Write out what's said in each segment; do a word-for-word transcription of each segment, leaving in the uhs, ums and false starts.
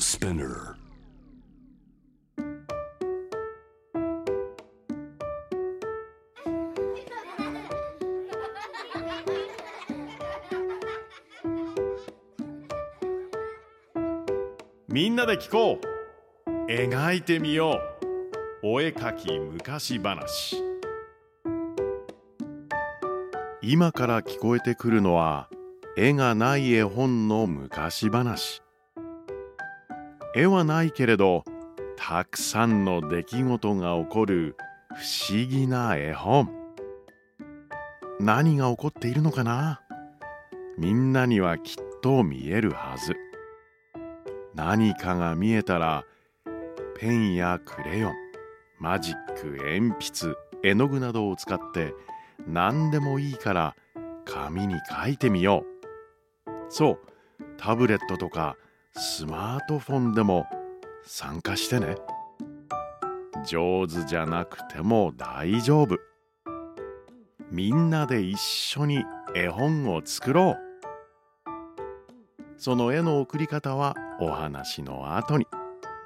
Spinner。 みんなで聞こう。描いてみよう。お絵かき昔話。今から聞こえてくるのは絵がない絵本の昔話。絵はないけれどたくさんの出来事が起こる不思議な絵本。何が起こっているのかな？みんなにはきっと見えるはず。何かが見えたらペンやクレヨン、マジック、鉛筆、絵の具などを使って何でもいいから紙に書いてみよう。そう、タブレットとかスマートフォンでも参加してね。上手じゃなくても大丈夫。みんなで一緒に絵本を作ろう。その絵の送り方はお話の後に。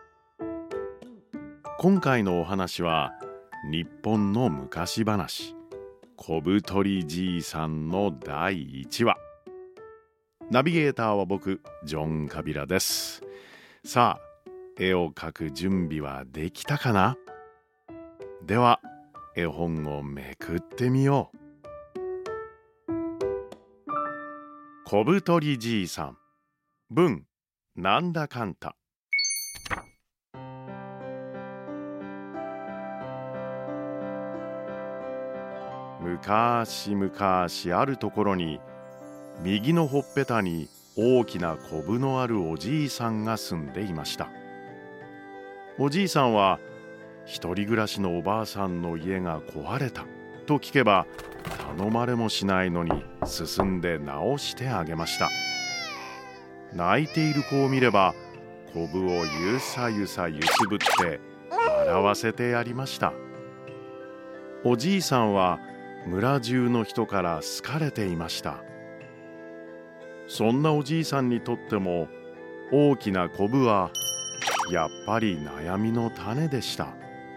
今回のお話は日本の昔話、小太りじいさんのだいいちわ。ナビゲーターは僕、ジョン・カビラです。さあ、絵を描く準備はできたかな？では、絵本をめくってみよう。小太りじいさん。文、なんだかんた。むかしむかしあるところに、右のほっぺたに大きなコブのあるおじいさんが住んでいました。おじいさんは一人暮らしのおばあさんの家が壊れたと聞けば頼まれもしないのに進んで直してあげました。泣いている子を見ればコブをゆさゆさゆすぶって笑わせてやりました。おじいさんは村中の人から好かれていました。そんなおじいさんにとっても大きなコブはやっぱり悩みの種でした。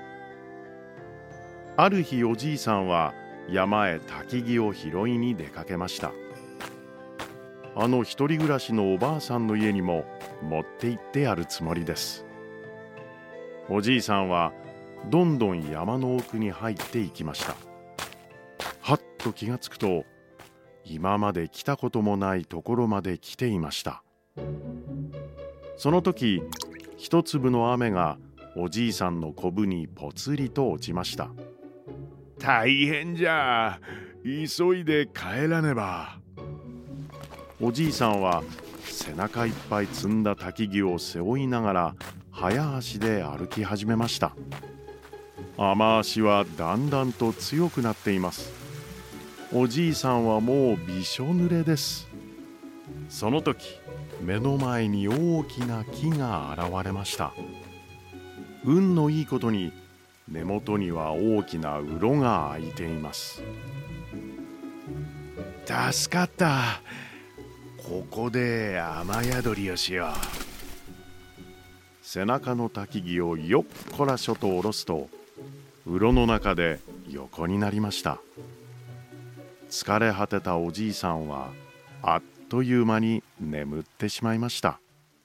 ある日おじいさんは山へ焚き木を拾いに出かけました。あの一人暮らしのおばあさんの家にも持って行ってやるつもりです。おじいさんはどんどん山の奥に入っていきました。はっと気がつくと、今まで来たこともないところまで来ていました。その時、一粒の雨がおじいさんのコブにぽつりと落ちました。大変じゃ、急いで帰らねば。おじいさんは背中いっぱい積んだ焚き木を背負いながら早足で歩き始めました。雨足はだんだんと強くなっています。おじいさんはもうびしょ濡れです。その時、目の前に大きな木が現れました。運のいいことに根元には大きな洞が開いています。助かった。ここで雨宿りをしよう。背中の焚き木をよっこらしょと下ろすと、洞の中で横になりました。疲れ果てたおじいさんはあっという間に眠ってしまいました。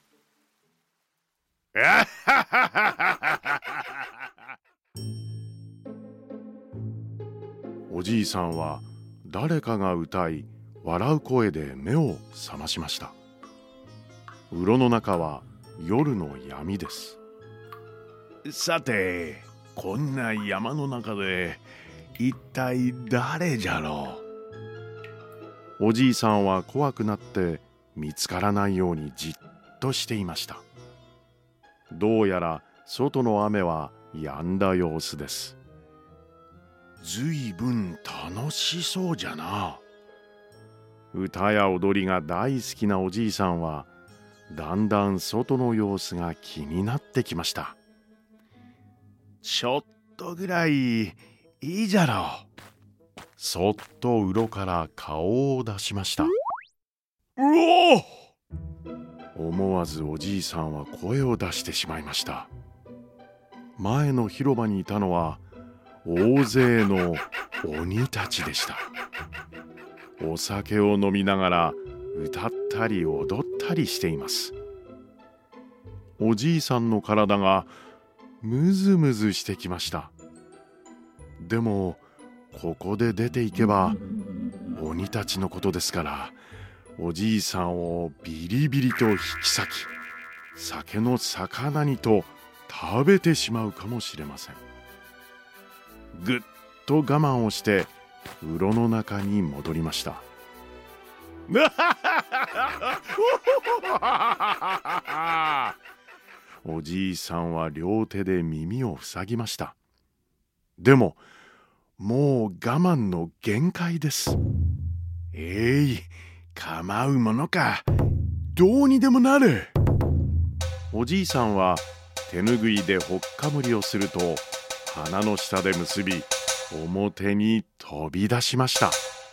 おじいさんは誰かが歌い笑う声で目を覚ましました。洞の中は夜の闇です。さて、こんな山の中で一体誰じゃろう。おじいさんは怖くなって見つからないようにじっとしていました。どうやら外の雨は止んだ様子です。ずいぶん楽しそうじゃな。歌や踊りが大好きなおじいさんはだんだん外の様子が気になってきました。ちょっとぐらいいいじゃろう。そっと洞から顔を出しました。うお！ 思わずおじいさんは声を出してしまいました。前の広場にいたのは大勢の鬼たちでした。お酒を飲みながら歌ったり踊ったりしています。おじいさんの体がムズムズしてきました。でもここで出ていけば鬼たちのことですから、おじいさんをビリビリと引き裂き、酒の魚にと食べてしまうかもしれません。ぐっと我慢をしてうろの中に戻りました。おじいさんは両手で耳を塞ぎました。でももう我慢の限界です。えい、構うものか、どうにでもなれ。おじいさんは手ぬぐいでほっかむりをすると、鼻の下で結び表に飛び出しました。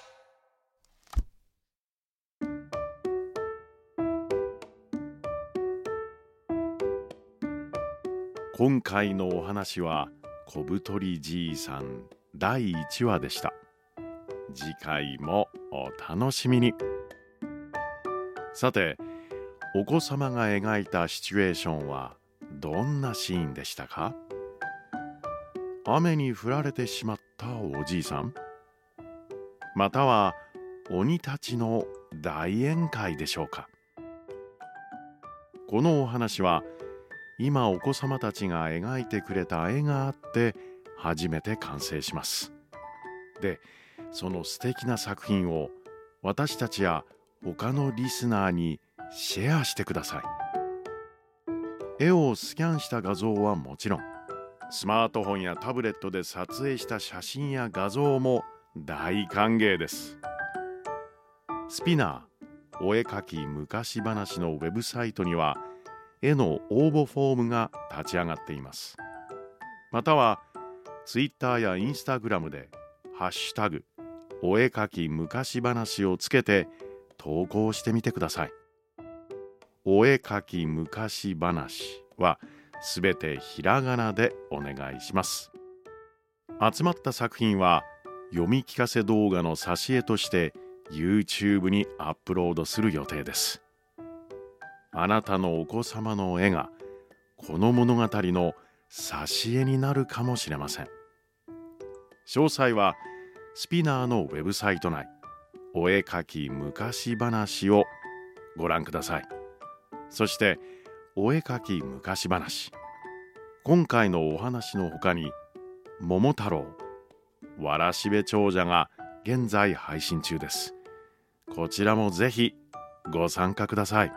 今回のお話は小太りじいさんだいいちわでした。次回もお楽しみに。さて、お子様が描いたシチュエーションはどんなシーンでしたか？雨に降られてしまったおじいさん、または鬼たちの大宴会でしょうか？このお話は今お子様たちが描いてくれた絵があって初めて完成します。で、その素敵な作品を私たちや他のリスナーにシェアしてください。絵をスキャンした画像はもちろん、スマートフォンやタブレットで撮影した写真や画像も大歓迎です。スピナーお絵かき昔話のウェブサイトには絵の応募フォームが立ち上がっています。またはツイッターやインスタグラムでハッシュタグお絵かき昔話をつけて投稿してみてください。お絵かき昔話はすべてひらがなでお願いします。集まった作品は読み聞かせ動画の挿絵として YouTube にアップロードする予定です。あなたのお子様の絵がこの物語の挿絵になるかもしれません。詳細はスピナーのウェブサイト内、お絵かき昔話をご覧ください。そしてお絵かき昔話、今回のお話のほかに桃太郎、わらしべ長者が現在配信中です。こちらもぜひご参加ください。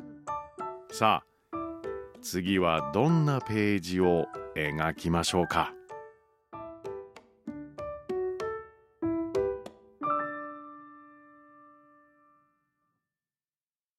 さあ、次はどんなページを描きましょうか。